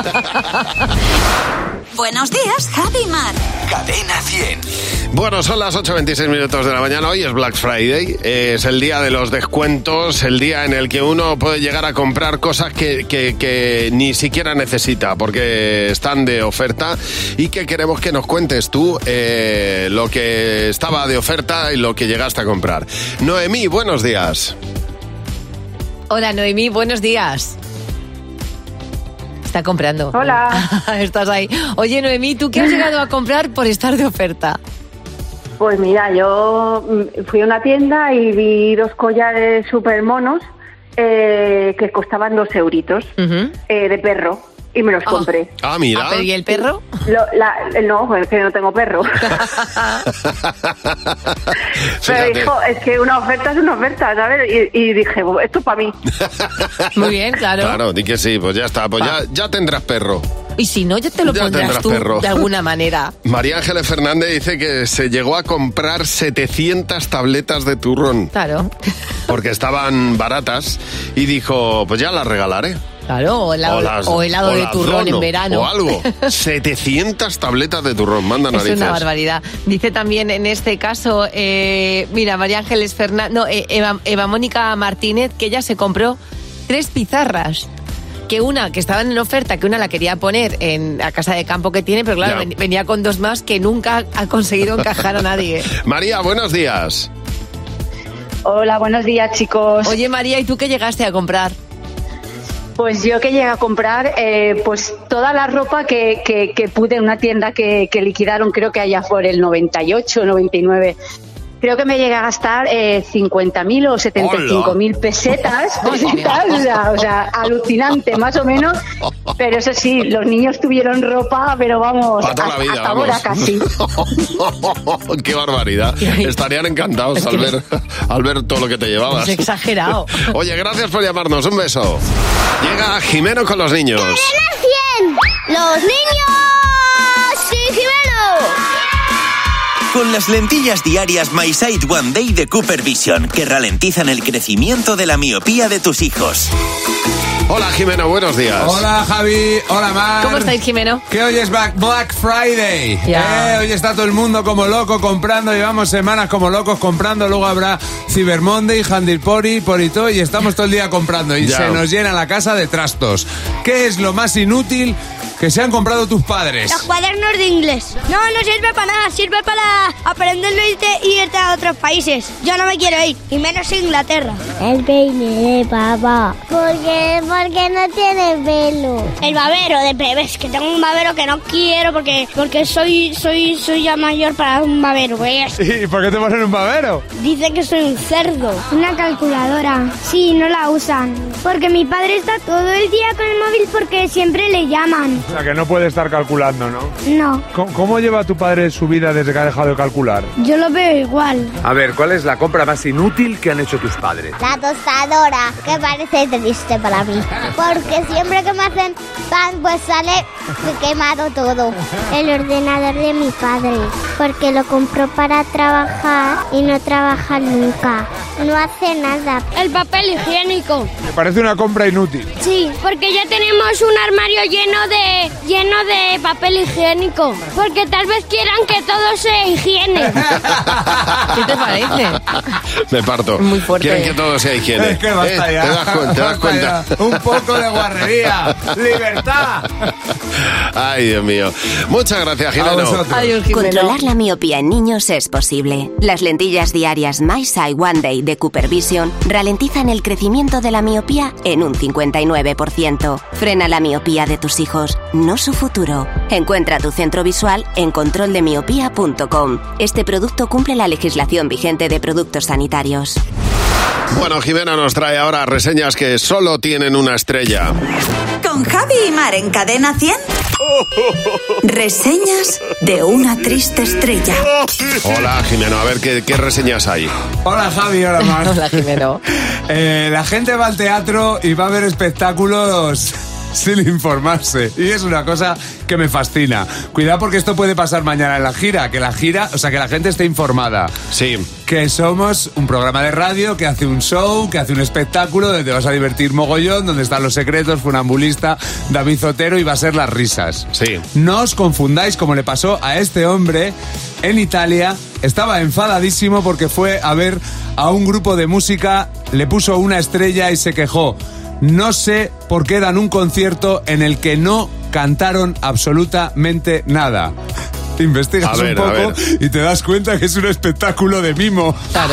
Buenos días, Javi y Mar. Cadena cien. Bueno, son las ocho veintiséis minutos de la mañana. Hoy es Black Friday. Es el día de los descuentos, el día en el que uno puede llegar a comprar cosas que, que- que ni siquiera necesita porque están de oferta y que queremos que nos cuentes tú eh, lo que estaba de oferta y lo que llegaste a comprar. Noemí, buenos días. Hola, Noemí, buenos días. Está comprando. Hola. Estás ahí. Oye, Noemí, ¿tú qué has llegado a comprar por estar de oferta? Pues mira, yo mm, fui a una tienda y vi dos collares súper monos eh, que costaban dos euritos eh, de perro y me los compré. Ah, mira. Ah, pero ¿y el perro? Lo- la- no, es que no tengo perro. Pero Fíjate. hijo, es que una oferta es una oferta, ¿sabes? Y, y dije, "Bueno, esto es para mí". Muy bien, claro. Claro, di que sí, pues ya está, pues ya, ya tendrás perro. Y si no, ya te lo Ya pondrás tendrás tú perro. de alguna manera. María Ángeles Fernández dice que se llegó a comprar setecientas tabletas de turrón Claro. porque estaban baratas y dijo, pues ya las regalaré. Claro, o helado, O las- o helado o de las turrón dono, en verano. O algo. setecientas tabletas de turrón, manda Es narices. una barbaridad. Dice también en este caso, eh, mira, María Ángeles Fernández, no, eh, Eva, Eva Mónica Martínez, que ella se compró tres pizarras. Que una, que estaban en oferta, que una la quería poner en la casa de campo que tiene, pero claro, Ya. ven- venía con dos más que nunca ha conseguido encajar a nadie. María, buenos días. Hola, buenos días, chicos. Oye, María, ¿y tú qué llegaste a comprar? Pues yo que llegué a comprar eh, pues toda la ropa que, que, que pude en una tienda que, que liquidaron, creo que allá por el noventa y ocho, noventa y nueve. Creo que me llegué a gastar eh, cincuenta mil o setenta y cinco mil pesetas, pesetas o, sea, o sea, alucinante más o menos, pero eso sí, los niños tuvieron ropa, pero vamos, para toda la vida, hasta ahora casi. ¡Qué barbaridad! Estarían encantados al ver, al ver todo lo que te llevabas. Es exagerado. Oye, gracias por llamarnos, un beso. Llega Jimeno con los niños. ¡Cadena cien! ¡Los niños! ¡Sí, Jimeno! Con las lentillas diarias My Sight One Day de Cooper Vision, que ralentizan el crecimiento de la miopía de tus hijos. Hola, Jimeno, buenos días. Hola, Javi. Hola, Mar. ¿Cómo estáis, Jimeno? Que hoy es Black, Black Friday. Ya. Eh, hoy está todo el mundo como loco comprando. Llevamos semanas como locos comprando. Luego habrá Cyber Monday, Handy Pori, Porito. Y estamos todo el día comprando. Y Ya. se nos llena la casa de trastos. ¿Qué es lo más inútil que se han comprado tus padres? Los cuadernos de inglés. No, no sirve para nada. Sirve para aprenderlo y irte, irte a otros países. Yo no me quiero ir, y menos a Inglaterra. El peine de papá. Porque, porque no tiene pelo. El babero de bebés, que tengo un babero que no quiero porque, porque soy, soy, soy ya mayor para un babero. ¿Ves? ¿Y por qué te ponen un babero? Dicen que soy un cerdo. Una calculadora. Sí, no la usan. Porque mi padre está todo el día con el móvil porque siempre le llaman. O sea, que no puede estar calculando, ¿no? No, ¿Cómo, cómo lleva tu padre su vida desde que ha dejado de calcular? yo lo veo igual. A ver, ¿cuál es la compra más inútil que han hecho tus padres? La tostadora, que parece triste para mí. Porque siempre que me hacen pan, pues sale quemado todo. El ordenador de mi padre, porque lo compró para trabajar y no trabaja nunca. No hace nada. El papel higiénico. Me parece una compra inútil. Sí, porque ya tenemos un armario lleno de lleno de papel higiénico. Porque tal vez quieran que todo sea higiene. ¿Qué te parece? Me parto. Muy fuerte. Quieren que todo sea higiene. Es que basta Eh, ya. ¿Te das cuenta? ¿Te das Basta cuenta? ya. Un poco de guarrería. ¡Libertad! Ay, Dios mío. Muchas gracias, Jimeno. Adiós, Jimeno. Controlar la miopía en niños es posible. Las lentillas diarias My Sight One Day de Cooper Vision ralentizan el crecimiento de la miopía en un cincuenta y nueve por ciento. Frena la miopía de tus hijos, no su futuro. Encuentra tu centro visual en control de miopía punto com. Este producto cumple la legislación vigente de productos sanitarios. Bueno, Jimena nos trae ahora reseñas que solo tienen una estrella. Con Javi y Mar en Cadena cien. Reseñas de una triste estrella. Hola, Jimeno, a ver qué, qué reseñas hay. Hola, Javi, hola, Mar. Hola, Jimeno. Eh, la gente va al teatro y va a ver espectáculos sin informarse. Y es una cosa que me fascina. Cuidado porque esto puede pasar mañana en la gira. Que la gira, o sea, que la gente esté informada. Sí. Que somos un programa de radio que hace un show, que hace un espectáculo donde te vas a divertir mogollón, donde están los secretos, Funambulista, David Zotero y va a ser las risas. Sí. No os confundáis como le pasó a este hombre en Italia. Estaba enfadadísimo porque fue a ver a un grupo de música, le puso una estrella y se quejó. No sé por qué dan un concierto en el que no cantaron absolutamente nada. Investigas A ver, un a poco ver. y te das cuenta que es un espectáculo de mimo. Claro.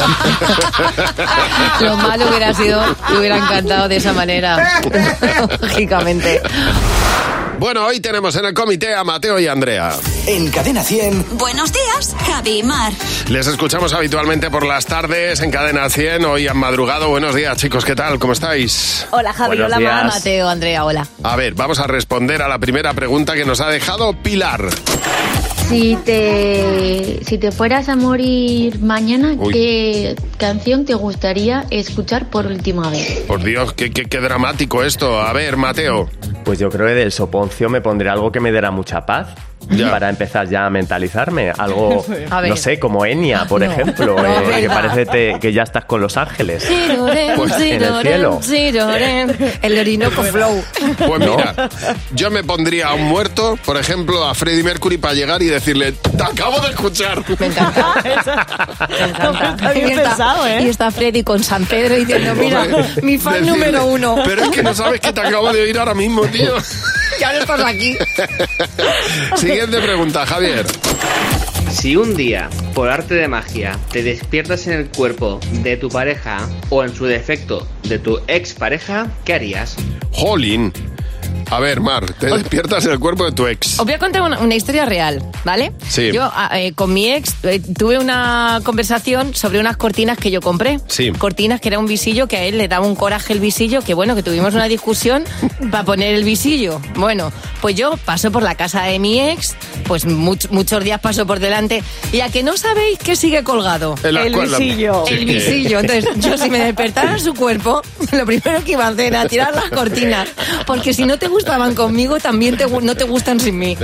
Lo malo hubiera sido que hubiera encantado de esa manera. Lógicamente. Bueno, hoy tenemos en el comité a Mateo y Andrea. En Cadena cien. Buenos días, Javi y Mar. Les escuchamos habitualmente por las tardes en Cadena cien. Hoy han madrugado. Buenos días, chicos. ¿Qué tal? ¿Cómo estáis? Hola, Javi. Buenos Hola, Mar. días. Mateo, Andrea, hola. A ver, vamos a responder a la primera pregunta que nos ha dejado Pilar. Si te, si te fueras a morir mañana, Uy. ¿qué canción te gustaría escuchar por última vez? Por Dios, qué, qué, qué dramático esto. A ver, Mateo. Pues yo creo que del Soponcio me pondré algo que me diera mucha paz. Ya. Para empezar ya a mentalizarme. Algo, A ver. no sé, como Enya, por No. ejemplo. No, eh, que venga. parece te- que ya estás con los ángeles. Pues, en el cielo. El Orinoco Flow. Pues mira, yo me pondría a un muerto, por ejemplo, a Freddie Mercury para llegar y decirle, te acabo de escuchar. Me encanta. Me encanta. Está bien y, está, pensado, ¿eh? y está Freddy con San Pedro diciendo, mira, Hombre, mi fan decirle, número uno. Pero es que no sabes que te acabo de oír ahora mismo, tío. Ya no estás aquí. Siguiente pregunta, Javier. Si un día, por arte de magia, te despiertas en el cuerpo de tu pareja o en su defecto de tu expareja, ¿qué harías? Jolín. A ver, Mar, te despiertas en el cuerpo de tu ex. Os voy a contar una, una historia real, ¿vale? Sí. Yo eh, con mi ex eh, tuve una conversación sobre unas cortinas que yo compré. Sí. Cortinas que era un visillo que a él le daba un coraje el visillo, que bueno, que tuvimos una discusión para poner el visillo. Bueno, pues yo paso por la casa de mi ex, pues much, muchos días paso por delante, y a que no sabéis que sigue colgado. El, el visillo. El visillo. Entonces, yo si me despertara en su cuerpo, lo primero que iba a hacer era tirar las cortinas, porque si no te gustaban conmigo, también te, no te gustan sin mí.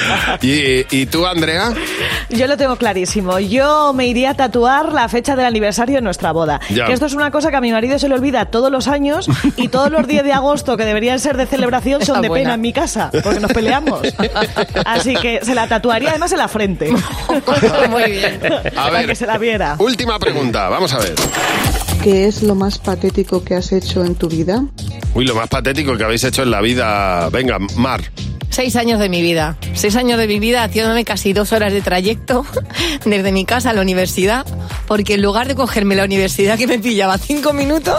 ¿Y, ¿Y tú, Andrea? Yo lo tengo clarísimo. Yo me iría a tatuar la fecha del aniversario de nuestra boda. Ya. Que esto es una cosa que a mi marido se le olvida todos los años, y todos los días de agosto que deberían ser de celebración son de Buena. pena en mi casa, porque nos peleamos. Así que se la tatuaría además en la frente. Muy bien. A Para ver, que se la viera. última pregunta, vamos a ver. ¿Qué es lo más patético que has hecho en tu vida? Uy, lo más patético que habéis hecho en la vida. Venga, Mar. Seis años de mi vida. Seis años de mi vida haciéndome casi dos horas de trayecto desde mi casa a la universidad, porque en lugar de cogerme la universidad que me pillaba cinco minutos,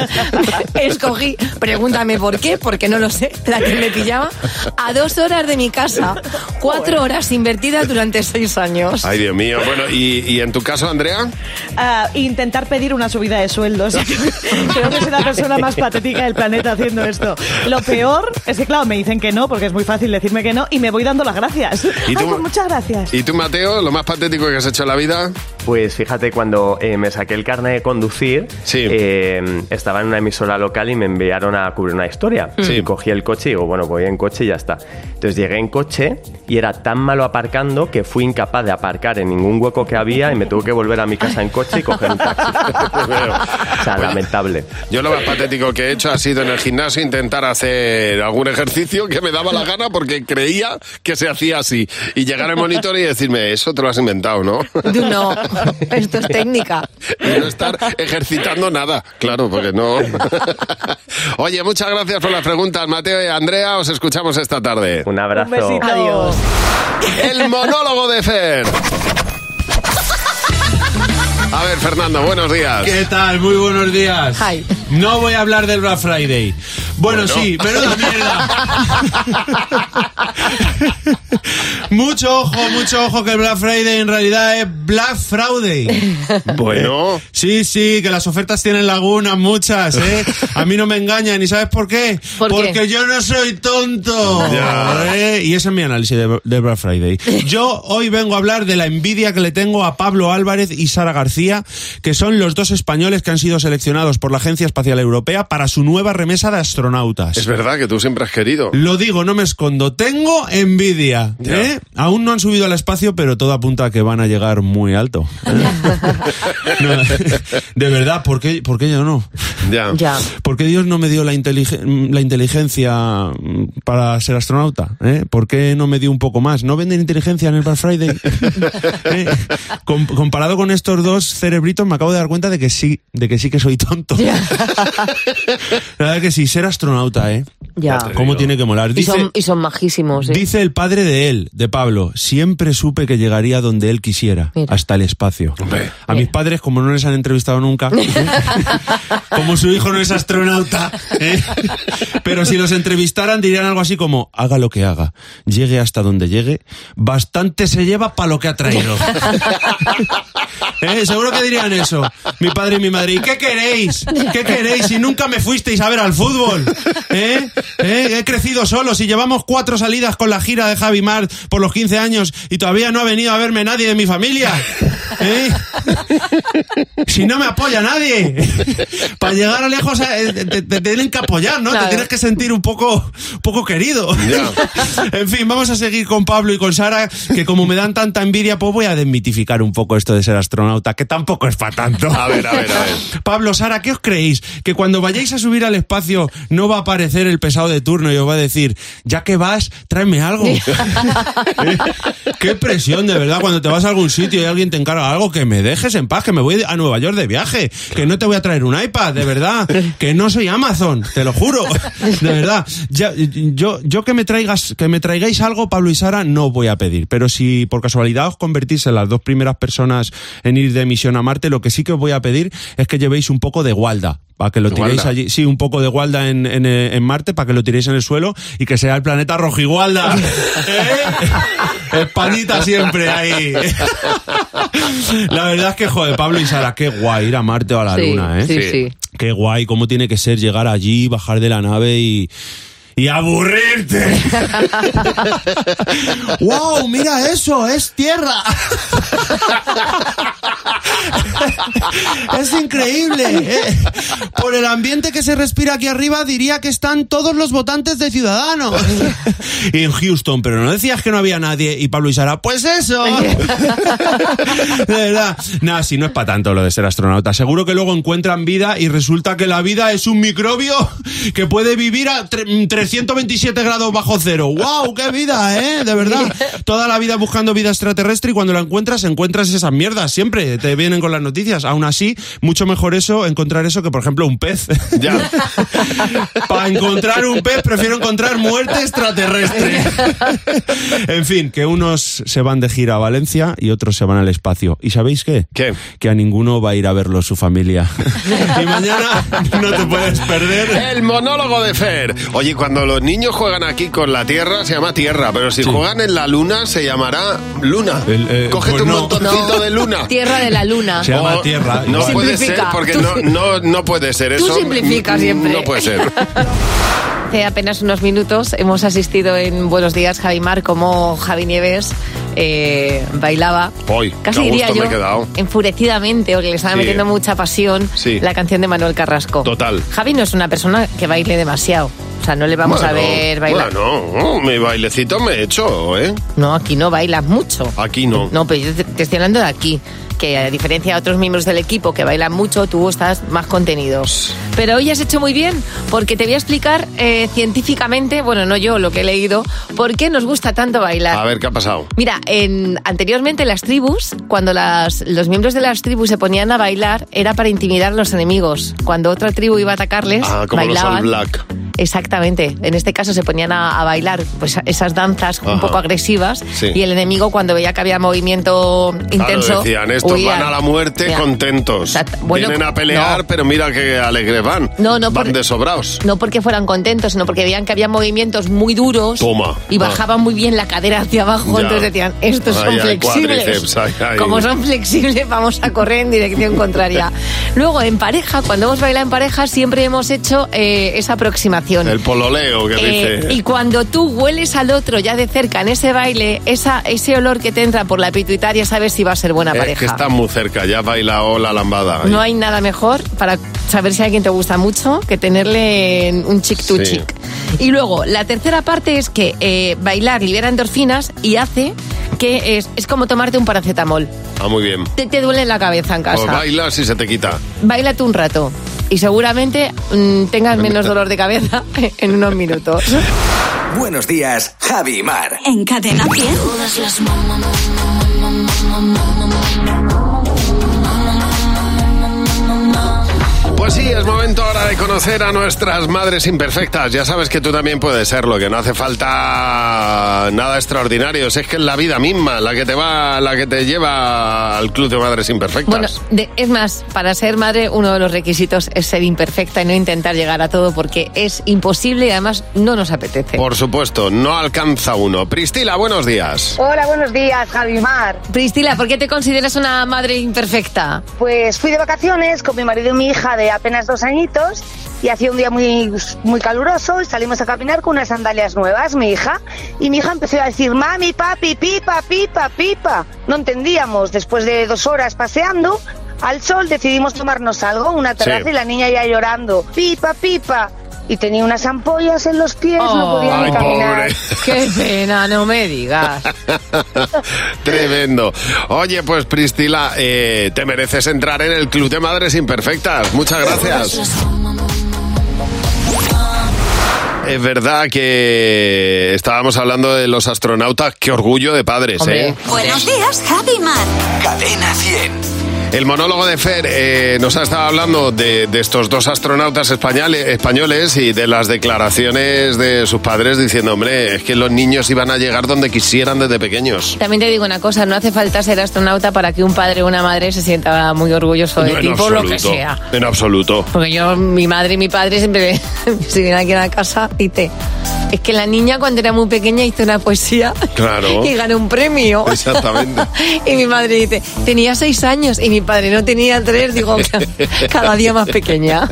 escogí, pregúntame por qué, porque no lo sé, la que me pillaba a dos horas de mi casa. Cuatro horas invertidas durante seis años. Ay, Dios mío. Bueno, ¿y, y en tu caso, Andrea? Uh, intentar pedir una subida de sueldos. Creo que soy la persona más patética del planeta haciendo esto. Lo peor es que, claro, me dicen que no, porque es muy fácil decirme que no, y me voy dando las gracias. ¿Y tú? Ay, pues muchas gracias. ¿Y tú, Mateo, lo más patético que has hecho en la vida? Pues fíjate, cuando eh, me saqué el carnet de conducir, Sí. eh, estaba en una emisora local y me enviaron a cubrir una historia. Sí. Y cogí el coche y digo, bueno, voy en coche y ya está. Entonces llegué en coche y era tan malo aparcando que fui incapaz de aparcar en ningún hueco que había y me tuve que volver a mi casa en coche y coger un taxi. O sea, lamentable. Yo lo más patético que he hecho ha sido en el gimnasio intentar hacer algún ejercicio que me daba la gana porque creía que se hacía así. Y llegar al monitor y decirme, eso te lo has inventado, ¿no? No, esto es técnica. Y no estar ejercitando nada, claro, porque no... Oye, muchas gracias por las preguntas, Mateo y Andrea. Os escuchamos esta tarde. Un abrazo. Un besito. Adiós. El monólogo de Fer. A ver, Fernando, buenos días. ¿Qué tal? Muy buenos días. Hi. No voy a hablar del Black Friday. Bueno, Bueno. sí, menuda mierda. Mucho ojo, mucho ojo, que el Black Friday en realidad es Black Friday. Bueno. Sí, sí, que las ofertas tienen lagunas, muchas, ¿eh? A mí no me engañan, ¿y sabes por qué? ¿Por qué? Porque yo no soy tonto. Ya. ¿eh? Y ese es mi análisis de, de Black Friday. Yo hoy vengo a hablar de la envidia que le tengo a Pablo Álvarez y Sara García, que son los dos españoles que han sido seleccionados por la Agencia Espacial Europea para su nueva remesa de astronautas. Es verdad que tú siempre has querido. Lo digo, no me escondo. Tengo envidia. Ya. ¿eh? Aún no han subido al espacio, pero todo apunta a que van a llegar muy alto. ¿eh? No, de verdad, ¿por qué, por qué yo no? Ya. Ya. ¿Por qué Dios no me dio la, inteligen- la inteligencia para ser astronauta? ¿eh? ¿Por qué no me dio un poco más? ¿No venden inteligencia en el Black Friday? ¿Eh? Com- comparado con estos dos cerebritos, me acabo de dar cuenta de que sí, de que sí que soy tonto. La verdad que sí, ser astronauta, ¿eh? Ya. ¿Cómo tiene que molar? Y Dice, son, y son majísimos, ¿eh? dice el padre de él, de Pablo, siempre supe que llegaría donde él quisiera, Mira. hasta el espacio. Hombre. A mis padres, como no les han entrevistado nunca, ¿eh? Como su hijo no es astronauta, ¿eh? Pero si los entrevistaran dirían algo así como, haga lo que haga, llegue hasta donde llegue, bastante se lleva para lo que ha traído. ¿Eh? Seguro que dirían eso, mi padre y mi madre. ¿Y qué queréis? ¿Qué queréis si nunca me fuisteis a ver al fútbol? ¿Eh? ¿Eh? He crecido solo, si llevamos cuatro salidas con la gira de Javi Mar por los quince años y todavía no ha venido a verme nadie de mi familia. ¿Eh? Si no me apoya nadie. Para llegar a lejos eh, te, te tienen que apoyar, ¿no? Claro. Te tienes que sentir un poco, un poco querido. Ya. En fin, vamos a seguir con Pablo y con Sara, que como me dan tanta envidia, pues voy a desmitificar un poco esto de ser astronauta, que tampoco es para tanto. A ver, a ver, a ver. Pablo, Sara, ¿qué os creéis? ¿Que cuando vayáis a subir al espacio no va a aparecer el pesado de turno y os va a decir, ya que vas, tráeme algo? Qué presión, de verdad, cuando te vas a algún sitio y alguien te encarga algo, que me dejes en paz, que me voy a Nueva York de viaje, que no te voy a traer un iPad, de verdad, que no soy Amazon, te lo juro, de verdad. Ya, yo, yo que me traigas, que me traigáis algo, Pablo y Sara, no voy a pedir, pero si por casualidad os convertís en las dos primeras personas en ir de misión a Marte, lo que sí que os voy a pedir es que llevéis un poco de Walda. Para que lo tiréis Gualda. allí, sí, un poco de Walda en, en, en Marte, para que lo tiréis en el suelo y que sea el planeta Rojigualda. ¿Eh? Espanita siempre ahí. La verdad es que, joder, Pablo y Sara, qué guay ir a Marte o a la Sí, Luna, ¿eh? sí, sí. Qué guay, cómo tiene que ser llegar allí, bajar de la nave y... ¡y aburrirte! ¡Wow! ¡Mira eso! ¡Es tierra! ¡Es increíble! ¿eh? Por el ambiente que se respira aquí arriba, diría que están todos los votantes de Ciudadanos. Y en Houston, pero no decías que no había nadie. Y Pablo y Sara, ¡pues eso! De verdad. Nada, si no es para tanto lo de ser astronauta. Seguro que luego encuentran vida y resulta que la vida es un microbio que puede vivir a trescientos veintisiete grados bajo cero. ¡Wow! ¡Qué vida, eh! De verdad. Toda la vida buscando vida extraterrestre y cuando la encuentras, encuentras esas mierdas. Siempre te vienen con las noticias. Aún así, mucho mejor eso, encontrar eso que, por ejemplo, un pez. Ya. Para encontrar un pez, prefiero encontrar muerte extraterrestre. En fin, que unos se van de gira a Valencia y otros se van al espacio. ¿Y sabéis qué? ¿Qué? Que a ninguno va a ir a verlo su familia. Y mañana no te puedes perder el monólogo de Fer. Oye, cuando los niños juegan aquí con la Tierra, se llama Tierra, pero si sí. juegan en la Luna, se llamará Luna. El, eh, Cógete pues un no. montoncito no. de Luna. Tierra de la Luna. Se llama o, Tierra. No igual. puede ser, porque no, no, no puede ser eso. Tú simplificas siempre. No puede ser. Hace apenas unos minutos hemos asistido en Buenos Días, Javi Mar, como Javi Nieves eh, bailaba. Hoy, casi diría yo, enfurecidamente, porque le estaba sí. metiendo mucha pasión sí. la canción de Manuel Carrasco. Total. Javi no es una persona que baile demasiado. O sea, no le vamos bueno, a ver bailar. Bueno, mi bailecito me he hecho, ¿eh? No, aquí no bailas mucho. Aquí no. No, pero yo te, te estoy hablando de aquí. Que a diferencia de otros miembros del equipo que bailan mucho, tú estás más contenido. Pero hoy has hecho muy bien, porque te voy a explicar eh, científicamente, bueno, no yo, lo que he leído, por qué nos gusta tanto bailar. A ver, ¿qué ha pasado? Mira, en, anteriormente en las tribus, cuando las, los miembros de las tribus se ponían a bailar, era para intimidar a los enemigos. Cuando otra tribu iba a atacarles, ah, como bailaban. Los All Black. Exactamente. En este caso se ponían a, a bailar pues esas danzas Ajá. un poco agresivas sí. y el enemigo, cuando veía que había movimiento intenso, claro, decían, estos huían. van a la muerte ya. contentos. Bueno, vienen a pelear, no. pero mira qué alegres van. No, no van por, desobrados. No porque fueran contentos, sino porque veían que había movimientos muy duros. Toma. Y bajaban ah. muy bien la cadera hacia abajo. Ya. Entonces decían, estos son ay, flexibles. Ay, ay. Como son flexibles, vamos a correr en dirección contraria. Luego, en pareja, cuando hemos bailado en pareja, siempre hemos hecho eh, esa aproximación. El pololeo. Que eh, dice. Y cuando tú hueles al otro ya de cerca en ese baile, esa, ese olor que te entra por la pituitaria, sabes si va a ser buena es pareja. Es que está muy cerca, ya bailado la lambada. No hay nada mejor para saber si a alguien te gusta mucho que tenerle un chick to sí. chick. Y luego, la tercera parte es que eh, bailar libera endorfinas y hace que es, es como tomarte un paracetamol. Ah, muy bien. Te, te duele la cabeza en casa. Pues bailas y se te quita. Báilate un rato. Y seguramente mmm, tengas menos dolor de cabeza en unos minutos. Buenos días, Javi y Mar. En Cadena cien. Pues sí, es momento ahora de conocer a nuestras madres imperfectas. Ya sabes que tú también puedes serlo, que no hace falta nada extraordinario. Si es que es la vida misma la que te va, la que te lleva al club de madres imperfectas. Bueno, de, es más, para ser madre uno de los requisitos es ser imperfecta y no intentar llegar a todo, porque es imposible y además no nos apetece. Por supuesto, no alcanza uno. Pristila, buenos días. Hola, buenos días, Javi Mar. Pristila, ¿por qué te consideras una madre imperfecta? Pues fui de vacaciones con mi marido y mi hija de apenas dos añitos y hacía un día muy, muy caluroso y salimos a caminar con unas sandalias nuevas, mi hija, y mi hija empezó a decir mami, papi, pipa, pipa, pipa. No entendíamos. Después de dos horas paseando al sol decidimos tomarnos algo, una terraza, sí. y la niña ya llorando, pipa, pipa. Y tenía unas ampollas en los pies, oh, no podía ni caminar. Pobre. Qué pena, no me digas. Tremendo. Oye, pues Pristila, eh, te mereces entrar en el Club de Madres Imperfectas. Muchas gracias. es verdad que estábamos hablando de los astronautas. Qué orgullo de padres, Hombre. ¿eh? Buenos días, Javi Mar. Cadena cien. El monólogo de Fer eh, nos ha estado hablando de, de estos dos astronautas españoles, españoles y de las declaraciones de sus padres diciendo, hombre, es que los niños iban a llegar donde quisieran desde pequeños. También te digo una cosa, no hace falta ser astronauta para que un padre o una madre se sienta muy orgulloso de No, ti en por lo absoluto, que sea. En absoluto. Porque yo, mi madre y mi padre siempre si vienen aquí a la casa y te... Es que la niña cuando era muy pequeña hizo una poesía Claro. y ganó un premio. Exactamente. Y mi madre dice, tenía seis años y mi padre no tenía tres. Digo, cada día más pequeña.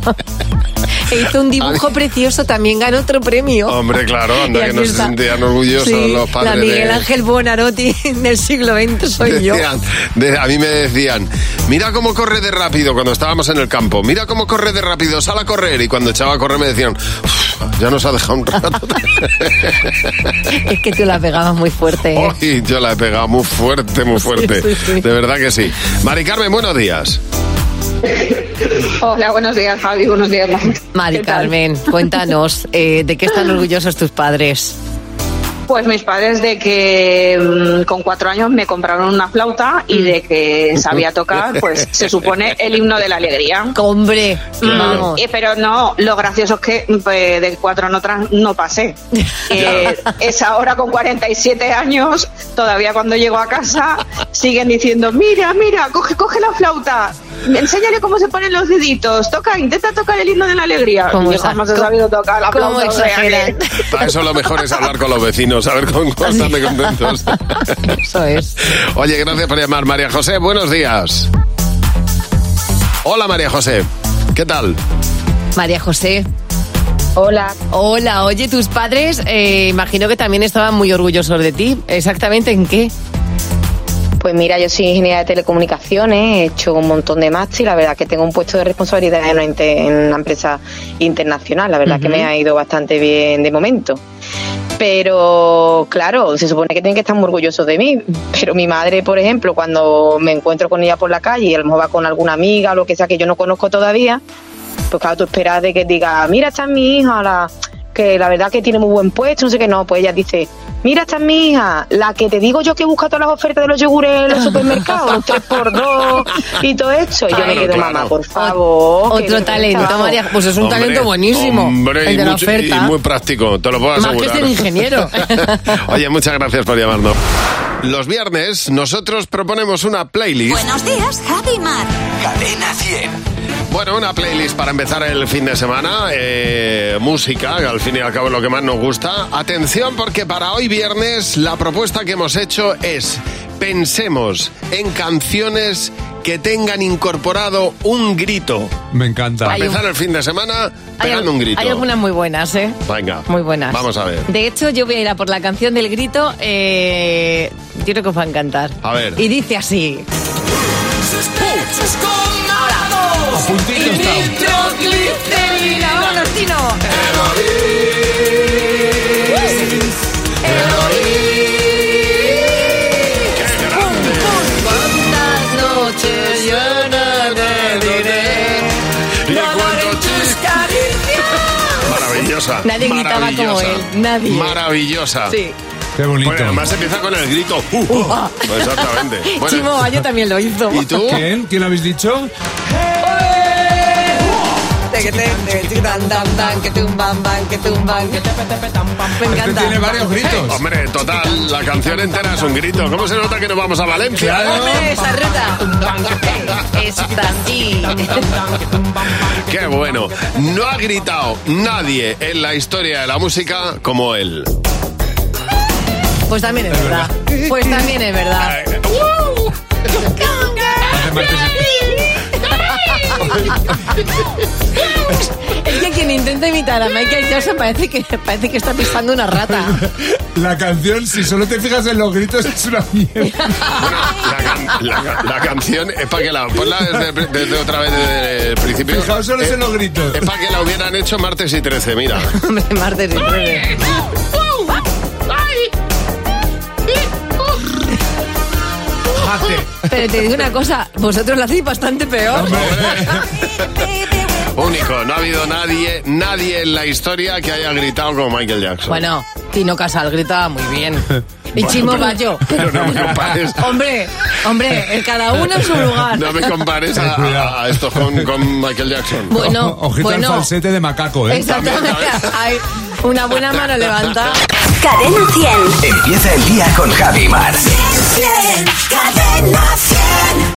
E hizo un dibujo precioso, también ganó otro premio. Hombre, claro, Y anda que aquí no se está. sentían orgullosos Sí, los padres la Miguel de... Ángel Buonarroti del siglo veinte soy yo. Decían, de- a mí me decían, mira cómo corre de rápido cuando estábamos en el campo, mira cómo corre de rápido, sal a correr. Y cuando echaba a correr me decían, "Uf, ya nos ha dejado un rato. Es que tú la pegabas muy fuerte. ¿eh? Uy, yo la he pegado muy fuerte, muy fuerte. Sí, sí, sí. De verdad que sí. Mari Carmen, buenos días. Hola, buenos días, Javi, buenos días, mamá. Mari ¿Qué tal? Carmen, cuéntanos, eh, ¿de qué están orgullosos tus padres? Pues mis padres de que mm, con cuatro años me compraron una flauta y de que sabía tocar, pues se supone el himno de la alegría. Hombre, Mm, vamos. eh, pero no, lo gracioso es que pues, de cuatro notas no pasé. Eh, es ahora con cuarenta y siete años, todavía cuando llego a casa, siguen diciendo, mira, mira, coge, coge la flauta, enséñale cómo se ponen los deditos, toca, intenta tocar el himno de la alegría. ¿Cómo Y yo exa- jamás he sabido tocar la cómo flauta. o sea que- exageran? Para eso lo mejor es hablar con los vecinos, a ver con cómo están de contentos. Eso es. Oye, gracias por llamar, María José. Buenos días. Hola, María José. ¿Qué tal? María José. Hola. Hola, oye, tus padres, eh, imagino que también estaban muy orgullosos de ti. ¿Exactamente en qué? Pues mira, yo soy ingeniera de telecomunicaciones, he hecho un montón de máster y la verdad que tengo un puesto de responsabilidad en una, inte- en una empresa internacional. La verdad que me ha ido bastante bien de momento. Pero claro, se supone que tienen que estar muy orgullosos de mí. Pero mi madre, por ejemplo, cuando me encuentro con ella por la calle y a lo mejor va con alguna amiga o lo que sea que yo no conozco todavía, pues claro, tú esperas de que diga, mira, esta es mi hija, la, que la verdad que tiene muy buen puesto, no sé qué, no, pues ella dice, mira, esta es mi hija, la que te digo yo que busca todas las ofertas de los yogures en los supermercados, tres por dos y todo esto. Y yo me Claro, quedo, claro. mamá, por favor. qué Otro talento, vergüenza. María. Pues es un Hombre, talento buenísimo. Hombre, el y, de la mucho- oferta. y muy práctico, te lo puedo Más que asegurar. ser ingeniero. Oye, muchas gracias por llamarnos. Los viernes nosotros proponemos una playlist. Buenos días, Javi Mar. Cadena cien. Bueno, una playlist para empezar el fin de semana, eh, música, que al fin y al cabo es lo que más nos gusta. Atención, porque para hoy viernes la propuesta que hemos hecho es pensemos en canciones que tengan incorporado un grito. Me encanta. Para Hay un- empezar el fin de semana, Hay, pegando un grito. hay algunas muy buenas, ¿eh? Venga, Muy buenas. vamos a ver. De hecho, yo voy a ir a por la canción del grito. Eh, yo creo que os va a encantar. A ver. Y dice así. A puntito está. Nitroglicerina. ¡Vámonos, Tino! ¿Cuántas noches yo no te diré? Y No haré cuánto tus caricias. Maravillosa. Nadie gritaba como maravillosa, él, nadie. Maravillosa. Sí. Qué bonito. Bueno, además empieza con el grito. Uh, uh. ah. Pues exactamente. Bueno, Chimo Bayo también lo hizo. ¿y tú? ¿Quién? ¿Quién lo habéis dicho? Me encanta. Este tiene varios gritos. Hombre, total, la canción entera es un grito. ¿Cómo se nota que nos vamos a Valencia? Hombre, esa ruta. Está aquí. Qué bueno. No ha gritado nadie en la historia de la música como él. Pues también es verdad. Pues también es verdad. Es que quien intenta imitar a Michael Jackson parece que, parece que está pisando una rata. La canción, si solo te fijas en los gritos, es una mierda. La, can- la- la canción es para que la... Ponla desde, desde otra vez desde el principio. Fijaos solo Eh, en los gritos. Es para que la hubieran hecho martes y trece, mira. Hombre, martes y trece. Pero te digo una cosa, vosotros lo hacéis bastante peor. Único, no ha habido nadie, nadie en la historia que haya gritado como Michael Jackson. Bueno, Tino Casal grita muy bien. Y Bueno, Chimo pero- Bayo. pero no me compares. Hombre, hombre, cada uno en su lugar. No me compares a, a- a estos con, con Michael Jackson. Bueno, O- ojito bueno. al falsete de macaco, ¿eh? Exactamente. Hay una buena mano levanta. Cadena cien. Empieza el día con Javi Mar. Cadena cien.